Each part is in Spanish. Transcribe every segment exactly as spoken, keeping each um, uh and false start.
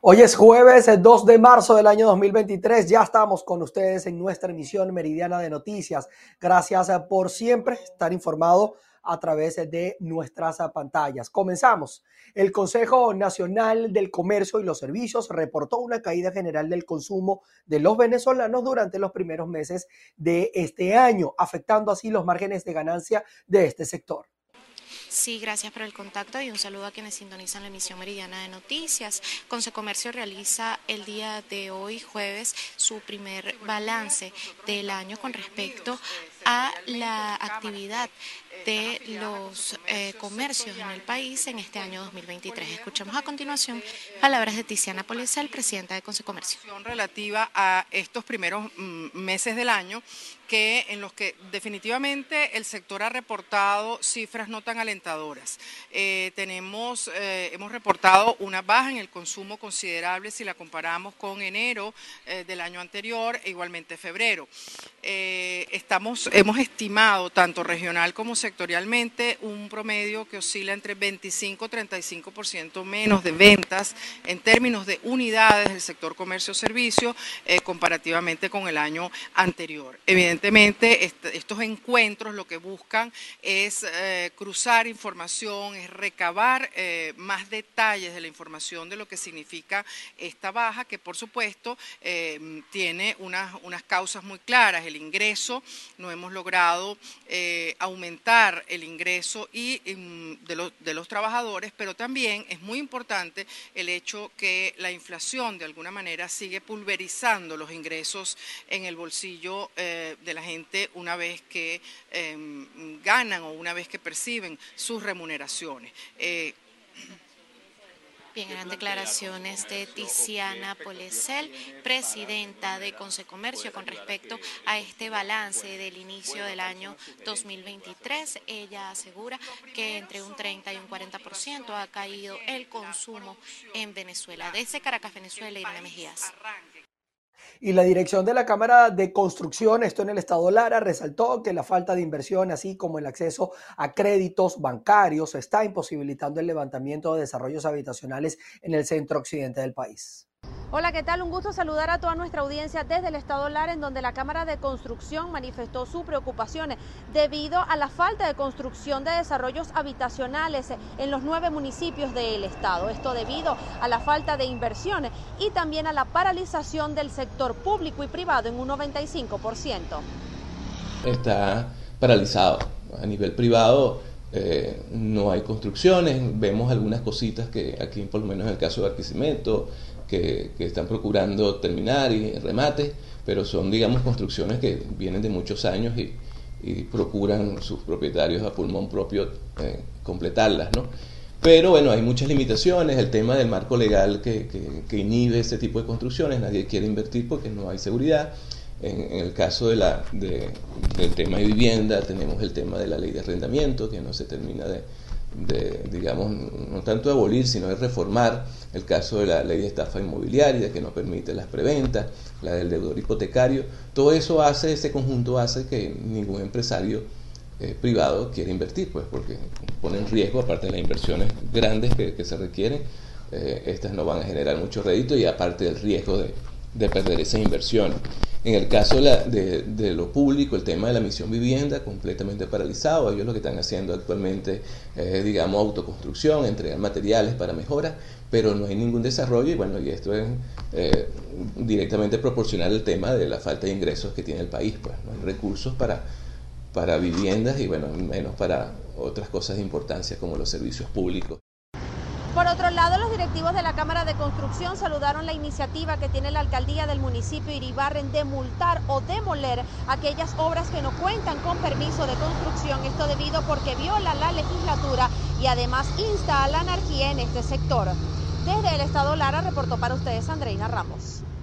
Hoy es jueves dos de marzo del año dos mil veintitrés, ya estamos con ustedes en nuestra emisión meridiana de noticias. Gracias por siempre estar informado a través de nuestras pantallas. Comenzamos. El Consejo Nacional del Comercio y los Servicios reportó una caída general del consumo de los venezolanos durante los primeros meses de este año, afectando así los márgenes de ganancia de este sector. Sí, gracias por el contacto y un saludo a quienes sintonizan la emisión meridiana de noticias. Consecomercio realiza el día de hoy, jueves, su primer balance del año con respecto a la actividad de los eh, comercios en el país en este año dos mil veintitrés. Escuchamos a continuación palabras de Tiziana Polesel, presidenta de Consecomercio. Relativa a estos primeros mm, meses del año, que en los que definitivamente el sector ha reportado cifras no tan alentadoras. Eh, tenemos, eh, hemos reportado una baja en el consumo considerable si la comparamos con enero eh, del año anterior e igualmente febrero. Eh, estamos, hemos estimado tanto regional como sectorialmente un promedio que oscila entre veinticinco y treinta y cinco por ciento menos de ventas en términos de unidades del sector comercio-servicio eh, comparativamente con el año anterior. Evidentemente, est estos encuentros lo que buscan es eh, cruzar información, es recabar eh, más detalles de la información de lo que significa esta baja, que por supuesto eh, tiene unas, unas causas muy claras. El ingreso, no hemos logrado eh, aumentar el ingreso y, de, los, de los trabajadores, pero también es muy importante el hecho que la inflación de alguna manera sigue pulverizando los ingresos en el bolsillo eh, de la gente una vez que eh, ganan o una vez que perciben sus remuneraciones. Eh, Bien, eran declaraciones de Tiziana Polesel, presidenta de Consecomercio, con respecto a este balance del inicio del año dos mil veintitrés. Ella asegura que entre un treinta y un cuarenta por ciento ha caído el consumo en Venezuela. Desde Caracas, Venezuela, Irene Mejías. Y la dirección de la Cámara de Construcción, esto en el estado Lara, resaltó que la falta de inversión, así como el acceso a créditos bancarios, está imposibilitando el levantamiento de desarrollos habitacionales en el centro occidente del país. Hola, ¿qué tal? Un gusto saludar a toda nuestra audiencia desde el estado Lara, en donde la Cámara de Construcción manifestó su preocupación debido a la falta de construcción de desarrollos habitacionales en los nueve municipios del estado. Esto debido a la falta de inversión y también a la paralización del sector público y privado en un noventa y cinco por ciento. Está paralizado. A nivel privado eh, no hay construcciones, vemos algunas cositas que aquí, por lo menos en el caso de Barquisimeto, Que, que están procurando terminar y remate, pero son, digamos, construcciones que vienen de muchos años y, y procuran sus propietarios a pulmón propio eh, completarlas, ¿no? Pero bueno, hay muchas limitaciones, el tema del marco legal que, que, que inhibe este tipo de construcciones, nadie quiere invertir porque no hay seguridad. En, en el caso de la, de, del tema de vivienda, tenemos el tema de la ley de arrendamiento, que no se termina de de, digamos, no tanto de abolir, sino de reformar. El caso de la ley de estafa inmobiliaria, que no permite las preventas, la del deudor hipotecario. Todo eso hace, ese conjunto hace que ningún empresario eh, privado quiera invertir, pues, porque pone en riesgo, aparte de las inversiones grandes que, que se requieren, eh, estas no van a generar mucho rédito, y aparte del riesgo de, de perder esas inversiones. En el caso de, la, de, de lo público, el tema de la misión vivienda, completamente paralizado. Ellos lo que están haciendo actualmente es, digamos, autoconstrucción, entregar materiales para mejoras, pero no hay ningún desarrollo, y bueno, y esto es eh, directamente proporcional al tema de la falta de ingresos que tiene el país, pues no hay recursos para, para viviendas y bueno, menos para otras cosas de importancia como los servicios públicos. Por otro lado, los directivos de la Cámara de Construcción saludaron la iniciativa que tiene la alcaldía del municipio Iribarren de multar o demoler aquellas obras que no cuentan con permiso de construcción, esto debido porque viola la legislatura y además insta a la anarquía en este sector. Desde el estado Lara reportó para ustedes Andreina Ramos.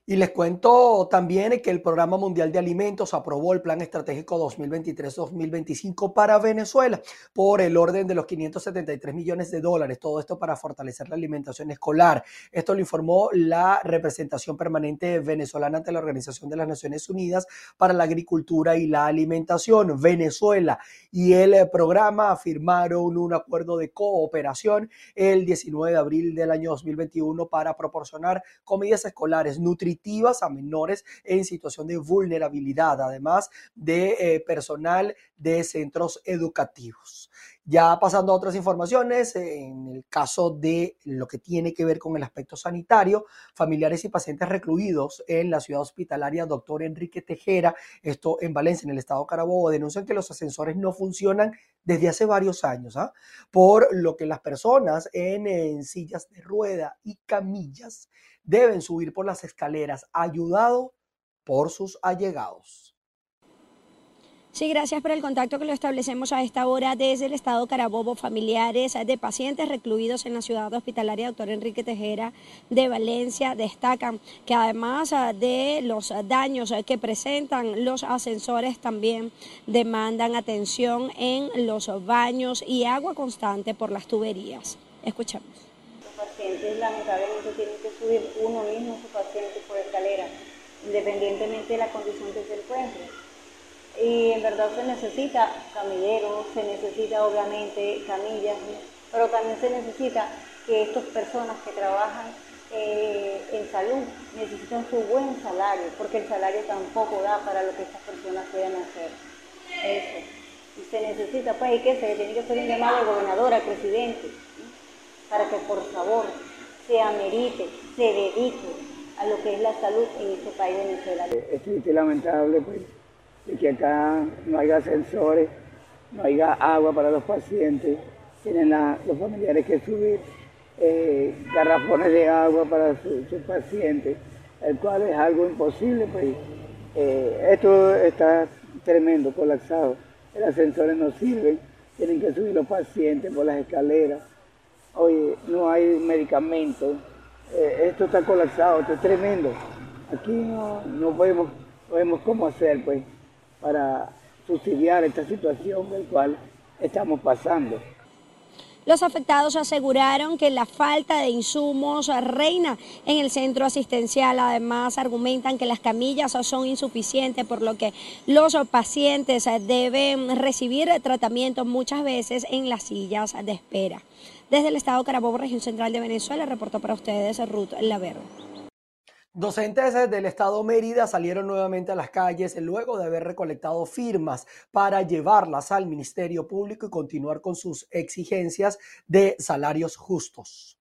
Y les cuento también que el Programa Mundial de Alimentos aprobó el Plan Estratégico dos mil veintitrés dos mil veinticinco para Venezuela por el orden de los quinientos setenta y tres millones de dólares. Todo esto para fortalecer la alimentación escolar. Esto lo informó la representación permanente venezolana ante la Organización de las Naciones Unidas para la Agricultura y la Alimentación. Venezuela y el programa firmaron un acuerdo de cooperación el diecinueve de abril del año dos mil veintiuno para proporcionar comidas escolares nutritivas a menores en situación de vulnerabilidad, además de eh, personal de centros educativos. Ya pasando a otras informaciones, en el caso de lo que tiene que ver con el aspecto sanitario, familiares y pacientes recluidos en la ciudad hospitalaria Doctor Enrique Tejera, esto en Valencia, en el estado Carabobo, denuncian que los ascensores no funcionan desde hace varios años, ¿ah? Por lo que las personas en, en sillas de rueda y camillas deben subir por las escaleras, ayudado por sus allegados. Sí, gracias por el contacto que lo establecemos a esta hora desde el estado Carabobo. Familiares de pacientes recluidos en la ciudad hospitalaria Doctor Enrique Tejera de Valencia destacan que además de los daños que presentan los ascensores, también demandan atención en los baños y agua constante por las tuberías. Escuchamos. Los pacientes lamentablemente tienen que subir uno mismo su paciente por escalera, independientemente de la condición que se encuentre. Y en verdad se necesita camilleros, se necesita obviamente camillas, pero también se necesita que estas personas que trabajan eh, en salud necesitan su buen salario, porque el salario tampoco da para lo que estas personas puedan hacer. Eso. Y se necesita, pues, y que se tiene que hacer un llamado al gobernador, al presidente, ¿sí? Para que por favor se amerite, se dedique a lo que es la salud en este país de Venezuela. Es triste y lamentable, pues, de que acá no haya ascensores, no haya agua para los pacientes, tienen la, los familiares que subir eh, garrafones de agua para sus su pacientes, el cual es algo imposible, pues. Eh, esto está tremendo, colapsado, los ascensores no sirven, tienen que subir los pacientes por las escaleras, oye, no hay medicamentos, eh, esto está colapsado, esto es tremendo, aquí no, no podemos, podemos cómo hacer, pues, para subsidiar esta situación del cual estamos pasando. Los afectados aseguraron que la falta de insumos reina en el centro asistencial. Además, argumentan que las camillas son insuficientes, por lo que los pacientes deben recibir tratamiento muchas veces en las sillas de espera. Desde el estado Carabobo, región central de Venezuela, reportó para ustedes Ruth Lavero. Docentes del estado Mérida salieron nuevamente a las calles luego de haber recolectado firmas para llevarlas al Ministerio Público y continuar con sus exigencias de salarios justos.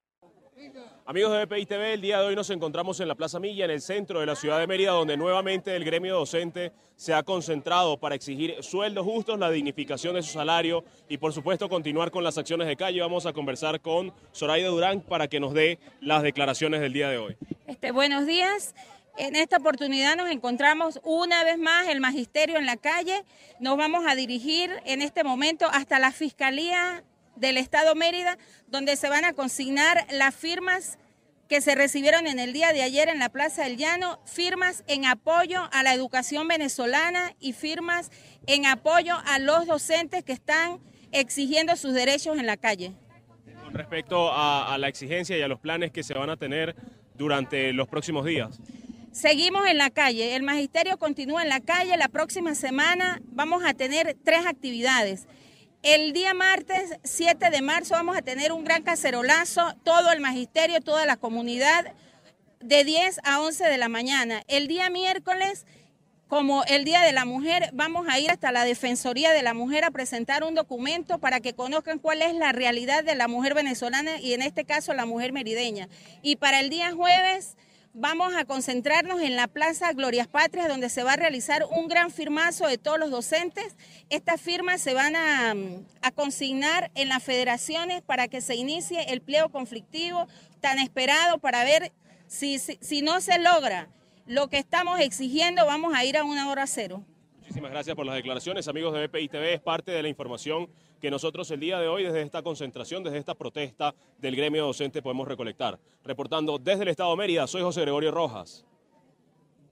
Amigos de B P I T V, el día de hoy nos encontramos en la Plaza Milla, en el centro de la ciudad de Mérida, donde nuevamente el gremio docente se ha concentrado para exigir sueldos justos, la dignificación de su salario y, por supuesto, continuar con las acciones de calle. Vamos a conversar con Zoraida Durán para que nos dé las declaraciones del día de hoy. Este, buenos días. En esta oportunidad nos encontramos una vez más el magisterio en la calle. Nos vamos a dirigir en este momento hasta la Fiscalía del Estado Mérida, donde se van a consignar las firmas que se recibieron en el día de ayer en la Plaza del Llano, firmas en apoyo a la educación venezolana y firmas en apoyo a los docentes que están exigiendo sus derechos en la calle. Con respecto a, a la exigencia y a los planes que se van a tener durante los próximos días. Seguimos en la calle, el magisterio continúa en la calle. La próxima semana vamos a tener tres actividades. El día martes siete de marzo vamos a tener un gran cacerolazo, todo el magisterio, toda la comunidad, de diez a once de la mañana. El día miércoles, como el Día de la Mujer, vamos a ir hasta la Defensoría de la Mujer a presentar un documento para que conozcan cuál es la realidad de la mujer venezolana y en este caso la mujer merideña. Y para el día jueves vamos a concentrarnos en la Plaza Glorias Patrias, donde se va a realizar un gran firmazo de todos los docentes. Estas firmas se van a, a consignar en las federaciones para que se inicie el pliego conflictivo tan esperado, para ver si, si, si no se logra lo que estamos exigiendo, vamos a ir a una hora cero. Muchísimas gracias por las declaraciones, amigos de B P I T V. Es parte de la información que nosotros el día de hoy, desde esta concentración, desde esta protesta del gremio docente, podemos recolectar. Reportando desde el Estado Mérida, soy José Gregorio Rojas,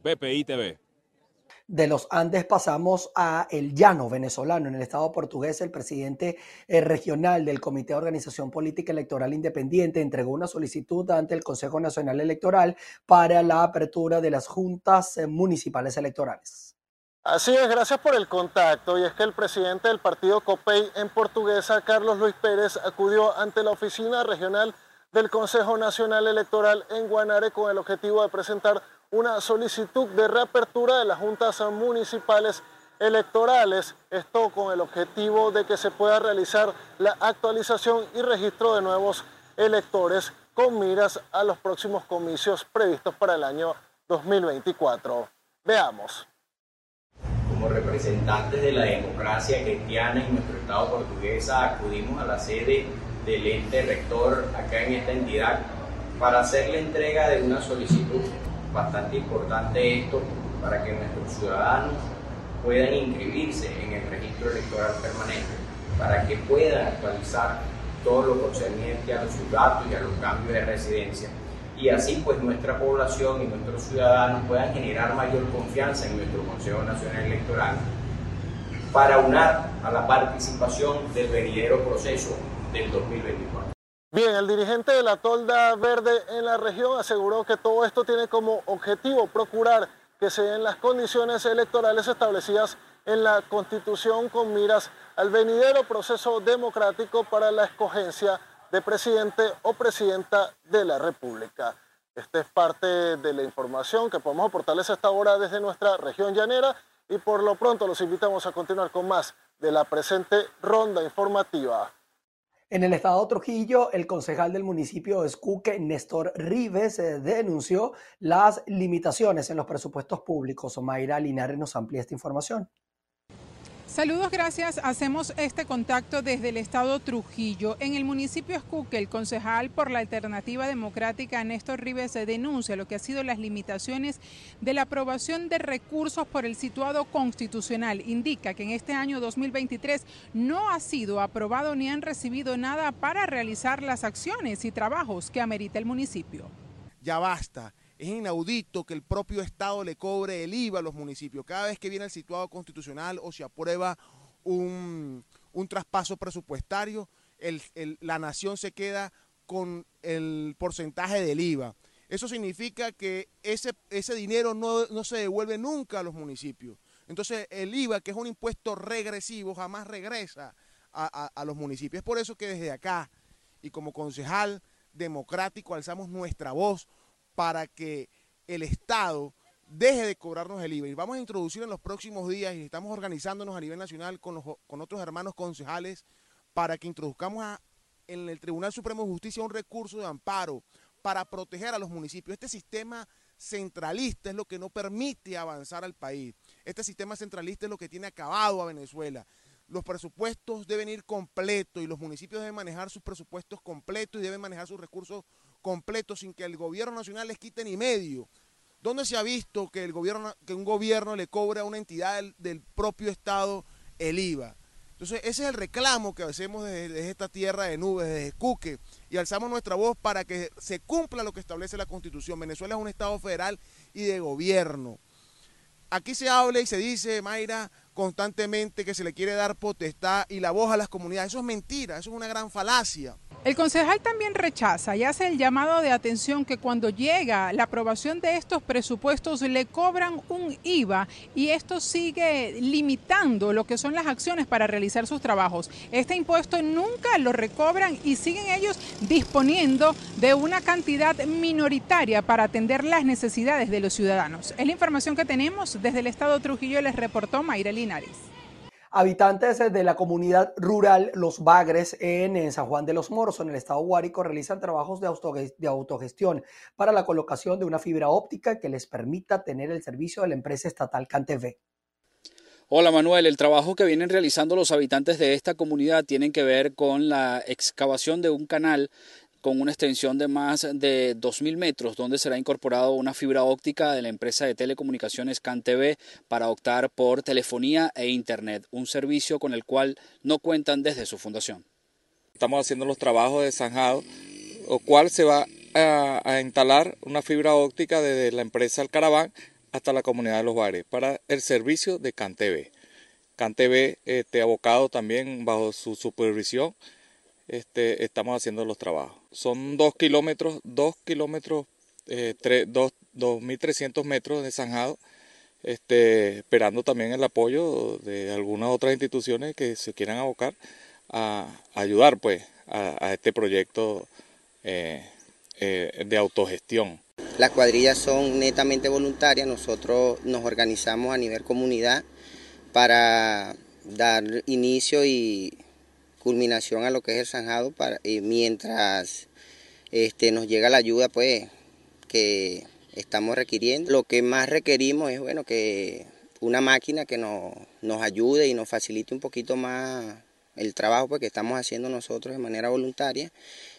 B P I T V. De los Andes pasamos a el llano venezolano. En el estado portugués, el presidente eh, regional del Comité de Organización Política Electoral Independiente entregó una solicitud ante el Consejo Nacional Electoral para la apertura de las juntas eh, municipales electorales. Así es, gracias por el contacto. Y es que el presidente del partido COPEI en Portuguesa, Carlos Luis Pérez, acudió ante la oficina regional del Consejo Nacional Electoral en Guanare con el objetivo de presentar una solicitud de reapertura de las juntas municipales electorales, esto con el objetivo de que se pueda realizar la actualización y registro de nuevos electores con miras a los próximos comicios previstos para el año dos mil veinticuatro. Veamos. Como representantes de la democracia cristiana en nuestro estado portuguesa, acudimos a la sede del ente rector acá en esta entidad para hacer la entrega de una solicitud. Bastante importante esto para que nuestros ciudadanos puedan inscribirse en el registro electoral permanente, para que puedan actualizar todo lo concerniente a sus datos y a los cambios de residencia, y así pues nuestra población y nuestros ciudadanos puedan generar mayor confianza en nuestro Consejo Nacional Electoral para unar a la participación del venidero proceso del dos mil veinticuatro. Bien, el dirigente de la Tolda Verde en la región aseguró que todo esto tiene como objetivo procurar que se den las condiciones electorales establecidas en la Constitución con miras al venidero proceso democrático para la escogencia de presidente o presidenta de la República. Esta es parte de la información que podemos aportarles a esta hora desde nuestra región llanera y por lo pronto los invitamos a continuar con más de la presente ronda informativa. En el estado de Trujillo, el concejal del municipio de Escuque, Néstor Rives, eh, denunció las limitaciones en los presupuestos públicos. Mayra Linares nos amplía esta información. Saludos, gracias. Hacemos este contacto desde el estado Trujillo. En el municipio Escuque, el concejal por la Alternativa Democrática, Néstor Rives, denuncia lo que ha sido las limitaciones de la aprobación de recursos por el situado constitucional. Indica que en este año dos mil veintitrés no ha sido aprobado ni han recibido nada para realizar las acciones y trabajos que amerita el municipio. Ya basta. Es inaudito que el propio Estado le cobre el I V A a los municipios. Cada vez que viene el situado constitucional o se aprueba un, un traspaso presupuestario, el, el, la nación se queda con el porcentaje del I V A. Eso significa que ese, ese dinero no, no se devuelve nunca a los municipios. Entonces el I V A, que es un impuesto regresivo, jamás regresa a, a, a los municipios. Es por eso que desde acá y como concejal democrático alzamos nuestra voz para que el Estado deje de cobrarnos el I V A. Y vamos a introducir en los próximos días, y estamos organizándonos a nivel nacional con, los, con otros hermanos concejales, para que introduzcamos a, en el Tribunal Supremo de Justicia un recurso de amparo para proteger a los municipios. Este sistema centralista es lo que no permite avanzar al país. Este sistema centralista es lo que tiene acabado a Venezuela. Los presupuestos deben ir completos y los municipios deben manejar sus presupuestos completos y deben manejar sus recursos completos sin que el gobierno nacional les quite ni medio. ¿Dónde se ha visto que, el gobierno, que un gobierno le cobra a una entidad del, del propio Estado el I V A? Entonces ese es el reclamo que hacemos desde, desde esta tierra de nubes, desde Escuque, y alzamos nuestra voz para que se cumpla lo que establece la Constitución. Venezuela es un Estado federal y de gobierno. Aquí se habla y se dice, Mayra, constantemente que se le quiere dar potestad y la voz a las comunidades. Eso es mentira, eso es una gran falacia. El concejal también rechaza y hace el llamado de atención que cuando llega la aprobación de estos presupuestos le cobran un I V A y esto sigue limitando lo que son las acciones para realizar sus trabajos. Este impuesto nunca lo recobran y siguen ellos disponiendo de una cantidad minoritaria para atender las necesidades de los ciudadanos. Es la información que tenemos desde el estado de Trujillo, les reportó Mayra Linares. Habitantes de la comunidad rural Los Bagres en, en San Juan de los Moros, en el estado Guárico, realizan trabajos de, autogest de autogestión para la colocación de una fibra óptica que les permita tener el servicio de la empresa estatal CanTV. Hola Manuel, el trabajo que vienen realizando los habitantes de esta comunidad tienen que ver con la excavación de un canal con una extensión de más de dos mil metros, donde será incorporado una fibra óptica de la empresa de telecomunicaciones CanTV para optar por telefonía e internet, un servicio con el cual no cuentan desde su fundación. Estamos haciendo los trabajos de zanjado, lo cual se va a, a instalar una fibra óptica desde la empresa El Caraván hasta la comunidad de Los Bares para el servicio de CanTV. CanTV, este, abocado también bajo su supervisión, este, estamos haciendo los trabajos. Son dos kilómetros, dos kilómetros, eh, tres, dos, dos mil trescientos metros de zanjado, este, esperando también el apoyo de algunas otras instituciones que se quieran abocar a, a ayudar pues a, a este proyecto eh, eh, de autogestión. Las cuadrillas son netamente voluntarias, nosotros nos organizamos a nivel comunidad para dar inicio y culminación a lo que es el zanjado, para, eh, mientras este, nos llega la ayuda pues que estamos requiriendo. Lo que más requerimos es bueno que una máquina que nos, nos ayude y nos facilite un poquito más el trabajo pues, que estamos haciendo nosotros de manera voluntaria,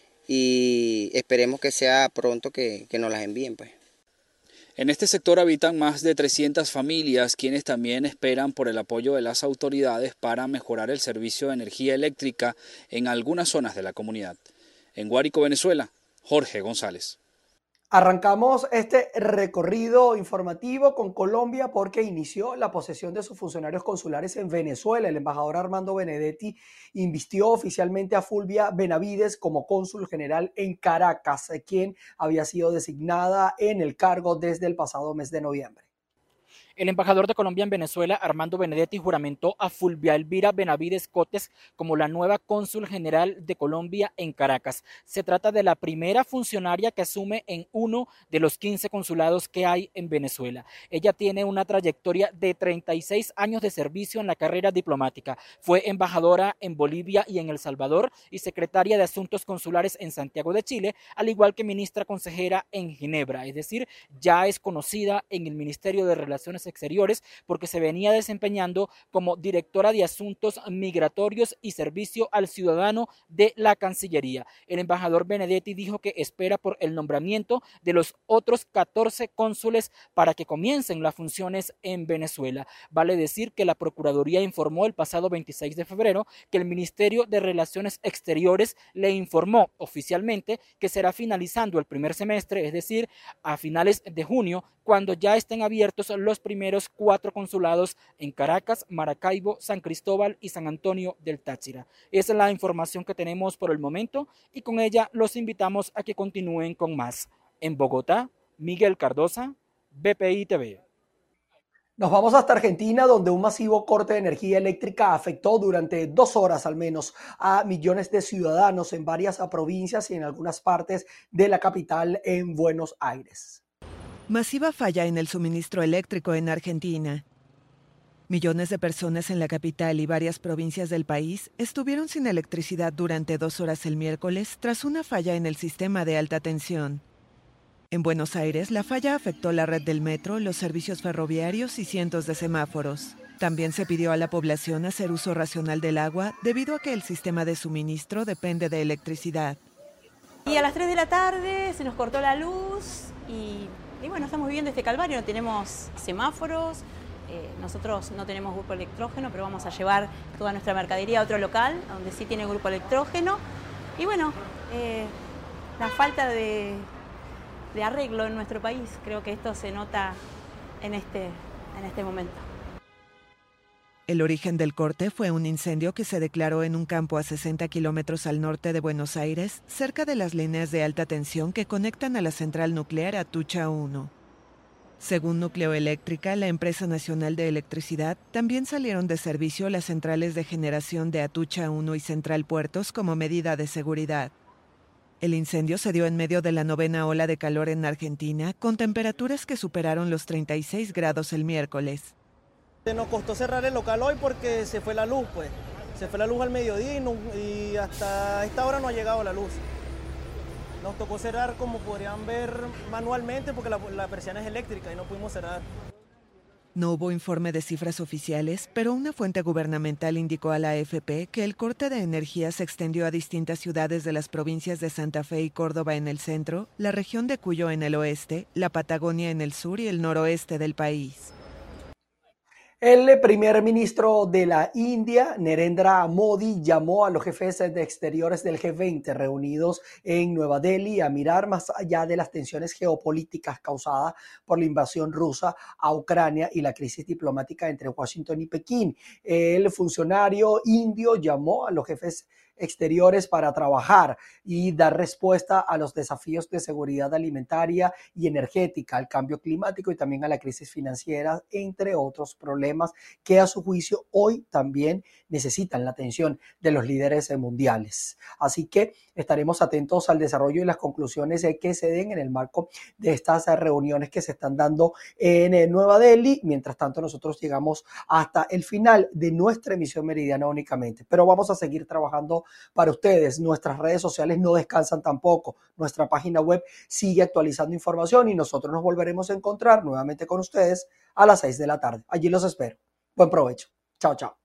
y esperemos que sea pronto que, que nos las envíen pues. En este sector habitan más de trescientas familias, quienes también esperan por el apoyo de las autoridades para mejorar el servicio de energía eléctrica en algunas zonas de la comunidad. En Guárico, Venezuela, Jorge González. Arrancamos este recorrido informativo con Colombia porque inició la posesión de sus funcionarios consulares en Venezuela. El embajador Armando Benedetti invistió oficialmente a Fulvia Benavides como cónsul general en Caracas, quien había sido designada en el cargo desde el pasado mes de noviembre. El embajador de Colombia en Venezuela, Armando Benedetti, juramentó a Fulvia Elvira Benavides Cotes como la nueva cónsul general de Colombia en Caracas. Se trata de la primera funcionaria que asume en uno de los quince consulados que hay en Venezuela. Ella tiene una trayectoria de treinta y seis años de servicio en la carrera diplomática. Fue embajadora en Bolivia y en El Salvador y secretaria de Asuntos Consulares en Santiago de Chile, al igual que ministra consejera en Ginebra. Es decir, ya es conocida en el Ministerio de Relaciones Exteriores porque se venía desempeñando como directora de Asuntos Migratorios y Servicio al Ciudadano de la Cancillería. El embajador Benedetti dijo que espera por el nombramiento de los otros catorce cónsules para que comiencen las funciones en Venezuela. Vale decir que la Procuraduría informó el pasado veintiséis de febrero que el Ministerio de Relaciones Exteriores le informó oficialmente que será finalizando el primer semestre, es decir, a finales de junio, cuando ya estén abiertos los primeros cuatro consulados en Caracas, Maracaibo, San Cristóbal y San Antonio del Táchira. Esa es la información que tenemos por el momento y con ella los invitamos a que continúen con más. En Bogotá, Miguel Cardosa, B P I T V. Nos vamos hasta Argentina, donde un masivo corte de energía eléctrica afectó durante dos horas al menos a millones de ciudadanos en varias provincias y en algunas partes de la capital, en Buenos Aires. Masiva falla en el suministro eléctrico en Argentina. Millones de personas en la capital y varias provincias del país estuvieron sin electricidad durante dos horas el miércoles tras una falla en el sistema de alta tensión. En Buenos Aires, la falla afectó la red del metro, los servicios ferroviarios y cientos de semáforos. También se pidió a la población hacer uso racional del agua debido a que el sistema de suministro depende de electricidad. Y a las tres de la tarde se nos cortó la luz y... Y bueno, estamos viviendo este calvario, no tenemos semáforos, eh, nosotros no tenemos grupo electrógeno, pero vamos a llevar toda nuestra mercadería a otro local, donde sí tiene grupo electrógeno. Y bueno, eh, la falta de, de arreglo en nuestro país, creo que esto se nota en este, en este momento. El origen del corte fue un incendio que se declaró en un campo a sesenta kilómetros al norte de Buenos Aires, cerca de las líneas de alta tensión que conectan a la central nuclear Atucha uno. Según Nucleoeléctrica, la empresa nacional de electricidad, también salieron de servicio las centrales de generación de Atucha uno y Central Puertos como medida de seguridad. El incendio se dio en medio de la novena ola de calor en Argentina, con temperaturas que superaron los treinta y seis grados el miércoles. Nos costó cerrar el local hoy porque se fue la luz, pues. Se fue la luz al mediodía y, no, y hasta esta hora no ha llegado la luz. Nos tocó cerrar, como podrían ver, manualmente porque la, la persiana es eléctrica y no pudimos cerrar. No hubo informe de cifras oficiales, pero una fuente gubernamental indicó a la A F P que el corte de energía se extendió a distintas ciudades de las provincias de Santa Fe y Córdoba en el centro, la región de Cuyo en el oeste, la Patagonia en el sur y el noroeste del país. El primer ministro de la India, Narendra Modi, llamó a los jefes de exteriores del G veinte reunidos en Nueva Delhi a mirar más allá de las tensiones geopolíticas causadas por la invasión rusa a Ucrania y la crisis diplomática entre Washington y Pekín. El funcionario indio llamó a los jefes exteriores para trabajar y dar respuesta a los desafíos de seguridad alimentaria y energética, al cambio climático y también a la crisis financiera, entre otros problemas que a su juicio hoy también necesitan la atención de los líderes mundiales. Así que estaremos atentos al desarrollo y las conclusiones que se den en el marco de estas reuniones que se están dando en Nueva Delhi. Mientras tanto, nosotros llegamos hasta el final de nuestra emisión meridiana únicamente, pero vamos a seguir trabajando para ustedes. Nuestras redes sociales no descansan tampoco. Nuestra página web sigue actualizando información y nosotros nos volveremos a encontrar nuevamente con ustedes a las seis de la tarde. Allí los espero. Buen provecho. Chao, chao.